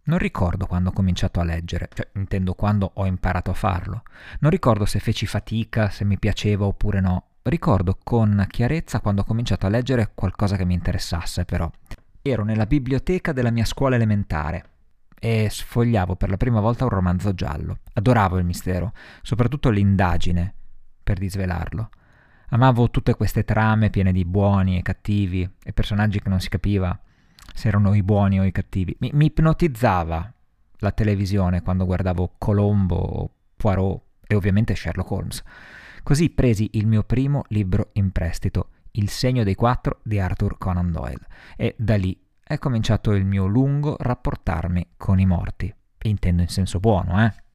Non ricordo quando ho cominciato a leggere, cioè intendo quando ho imparato a farlo. Non ricordo se feci fatica, se mi piaceva oppure no. Ricordo con chiarezza quando ho cominciato a leggere qualcosa che mi interessasse, però. Ero nella biblioteca della mia scuola elementare e sfogliavo per la prima volta un romanzo giallo. Adoravo il mistero, soprattutto l'indagine per disvelarlo. Amavo tutte queste trame piene di buoni e cattivi e personaggi che non si capiva se erano i buoni o i cattivi. Mi ipnotizzava la televisione quando guardavo Colombo, Poirot e ovviamente Sherlock Holmes. Così presi il mio primo libro in prestito, Il segno dei quattro di Arthur Conan Doyle, e da lì è cominciato il mio lungo rapportarmi con i morti. Intendo in senso buono, eh?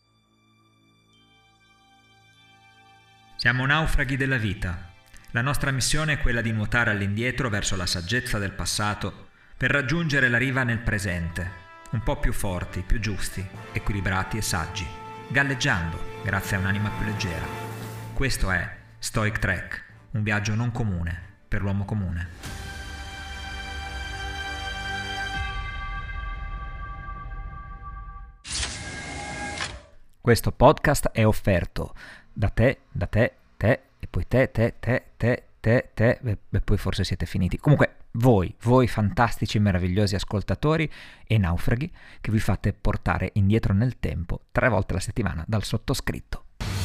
Siamo naufraghi della vita. La nostra missione è quella di nuotare all'indietro verso la saggezza del passato per raggiungere la riva nel presente, un po' più forti, più giusti, equilibrati e saggi, galleggiando grazie a un'anima più leggera. Questo è Stoic Trek, un viaggio non comune per l'uomo comune. Questo podcast è offerto da te, e poi te, e poi forse siete finiti. Comunque, voi fantastici, meravigliosi ascoltatori e naufraghi che vi fate portare indietro nel tempo 3 volte alla settimana dal sottoscritto.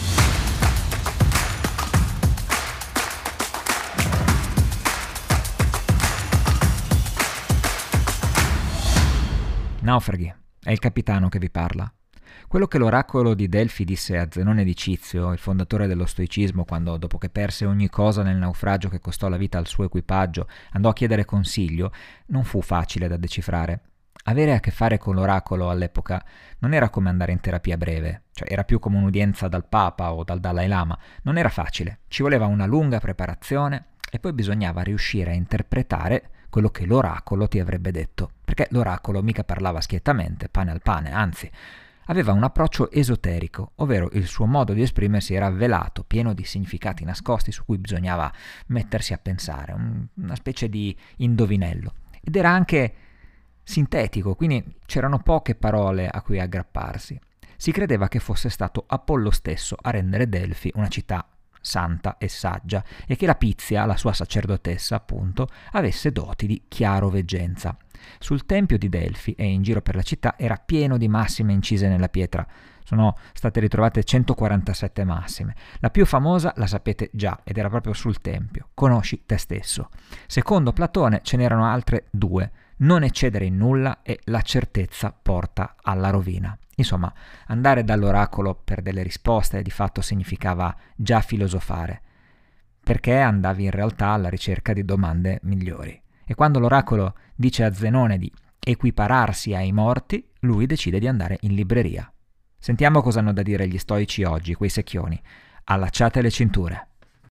Naufraghi, è il capitano che vi parla. Quello che l'oracolo di Delfi disse a Zenone di Cizio, il fondatore dello stoicismo, quando, dopo che perse ogni cosa nel naufragio che costò la vita al suo equipaggio, andò a chiedere consiglio, non fu facile da decifrare. Avere a che fare con l'oracolo all'epoca non era come andare in terapia breve, cioè era più come un'udienza dal Papa o dal Dalai Lama. Non era facile, ci voleva una lunga preparazione e poi bisognava riuscire a interpretare quello che l'oracolo ti avrebbe detto, perché l'oracolo mica parlava schiettamente, pane al pane, anzi aveva un approccio esoterico, ovvero il suo modo di esprimersi era velato, pieno di significati nascosti su cui bisognava mettersi a pensare, una specie di indovinello. Ed era anche sintetico, quindi c'erano poche parole a cui aggrapparsi. Si credeva che fosse stato Apollo stesso a rendere Delfi una città santa e saggia e che la Pizia, la sua sacerdotessa appunto, avesse doti di chiaroveggenza. Sul tempio di Delfi e in giro per la città era pieno di massime incise nella pietra. Sono state ritrovate 147 massime. La più famosa la sapete già ed era proprio sul tempio. Conosci te stesso. Secondo Platone ce n'erano altre 2. Non eccedere in nulla e la certezza porta alla rovina. Insomma, andare dall'oracolo per delle risposte di fatto significava già filosofare, perché andavi in realtà alla ricerca di domande migliori. E quando l'oracolo dice a Zenone di equipararsi ai morti, lui decide di andare in libreria. Sentiamo cosa hanno da dire gli stoici oggi, quei secchioni. Allacciate le cinture.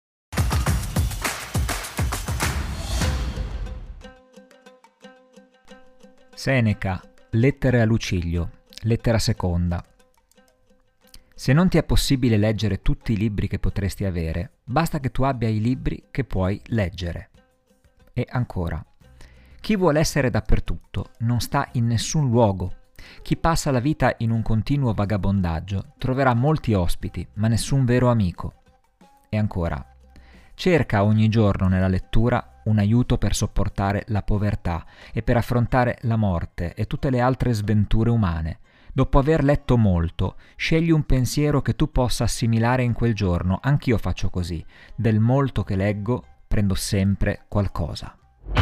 Seneca, Lettere a Lucilio, lettera seconda. Se non ti è possibile leggere tutti i libri che potresti avere, basta che tu abbia i libri che puoi leggere. E ancora, chi vuole essere dappertutto non sta in nessun luogo. Chi passa la vita in un continuo vagabondaggio troverà molti ospiti, ma nessun vero amico. E ancora, cerca ogni giorno nella lettura un aiuto per sopportare la povertà e per affrontare la morte e tutte le altre sventure umane. Dopo aver letto molto, scegli un pensiero che tu possa assimilare in quel giorno. Anch'io faccio così. Del molto che leggo prendo sempre qualcosa.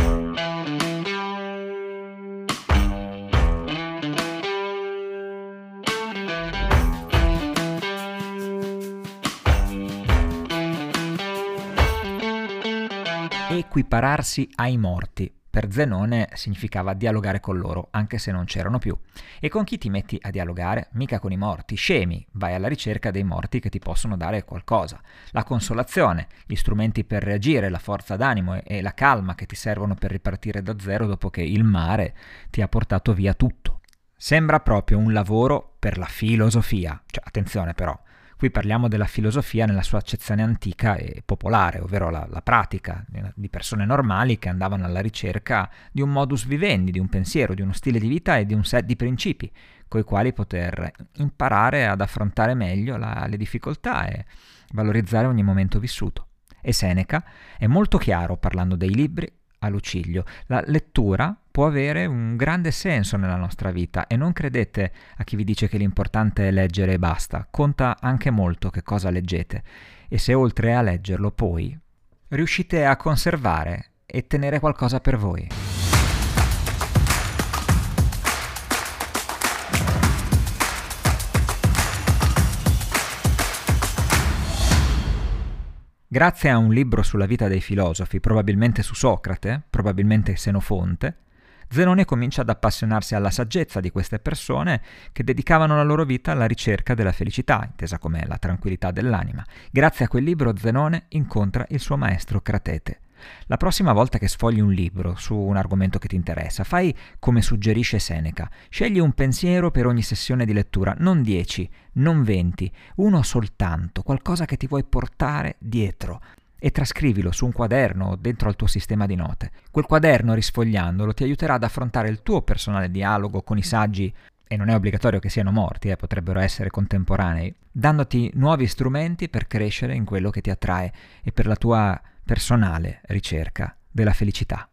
Equipararsi ai morti. Per Zenone significava dialogare con loro, anche se non c'erano più. E con chi ti metti a dialogare? Mica con i morti, scemi. Vai alla ricerca dei morti che ti possono dare qualcosa. La consolazione, gli strumenti per reagire, la forza d'animo e la calma che ti servono per ripartire da zero dopo che il mare ti ha portato via tutto. Sembra proprio un lavoro per la filosofia. Cioè, attenzione però, Qui parliamo della filosofia nella sua accezione antica e popolare, ovvero la pratica di persone normali che andavano alla ricerca di un modus vivendi, di un pensiero, di uno stile di vita e di un set di principi coi quali poter imparare ad affrontare meglio le difficoltà e valorizzare ogni momento vissuto. E Seneca è molto chiaro parlando dei libri a Lucilio. La lettura può avere un grande senso nella nostra vita e non credete a chi vi dice che l'importante è leggere e basta, conta anche molto che cosa leggete e se oltre a leggerlo poi riuscite a conservare e tenere qualcosa per voi. Grazie a un libro sulla vita dei filosofi, probabilmente su Socrate, probabilmente Senofonte, Zenone comincia ad appassionarsi alla saggezza di queste persone che dedicavano la loro vita alla ricerca della felicità, intesa come la tranquillità dell'anima. Grazie a quel libro Zenone incontra il suo maestro Cratete. La prossima volta che sfogli un libro su un argomento che ti interessa, fai come suggerisce Seneca. Scegli un pensiero per ogni sessione di lettura, non 10, non 20, uno soltanto, qualcosa che ti vuoi portare dietro e trascrivilo su un quaderno o dentro al tuo sistema di note. Quel quaderno, risfogliandolo, ti aiuterà ad affrontare il tuo personale dialogo con i saggi, e non è obbligatorio che siano morti, potrebbero essere contemporanei, dandoti nuovi strumenti per crescere in quello che ti attrae e per la tua personale ricerca della felicità.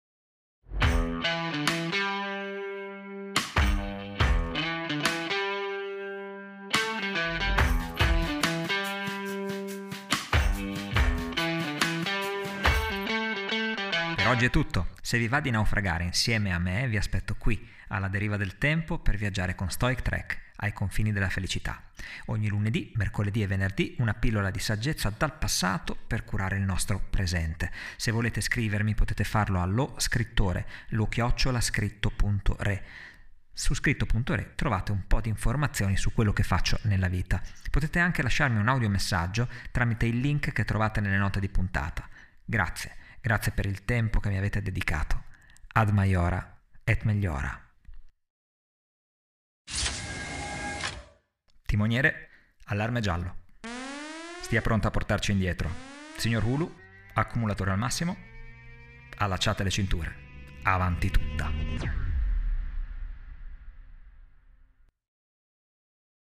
Per oggi è tutto. Se vi va di naufragare insieme a me, vi aspetto qui, alla deriva del tempo, per viaggiare con Stoic Trek ai confini della felicità. Ogni lunedì, mercoledì e venerdì una pillola di saggezza dal passato per curare il nostro presente. Se volete scrivermi potete farlo allo scrittore, lo@scritto.re. Su scritto.re trovate un po' di informazioni su quello che faccio nella vita. Potete anche lasciarmi un audiomessaggio tramite il link che trovate nelle note di puntata. Grazie per il tempo che mi avete dedicato. Ad maiora et meliora. Timoniere, allarme giallo. Stia pronto a portarci indietro. Signor Hulu, accumulatore al massimo. Allacciate le cinture. Avanti tutta.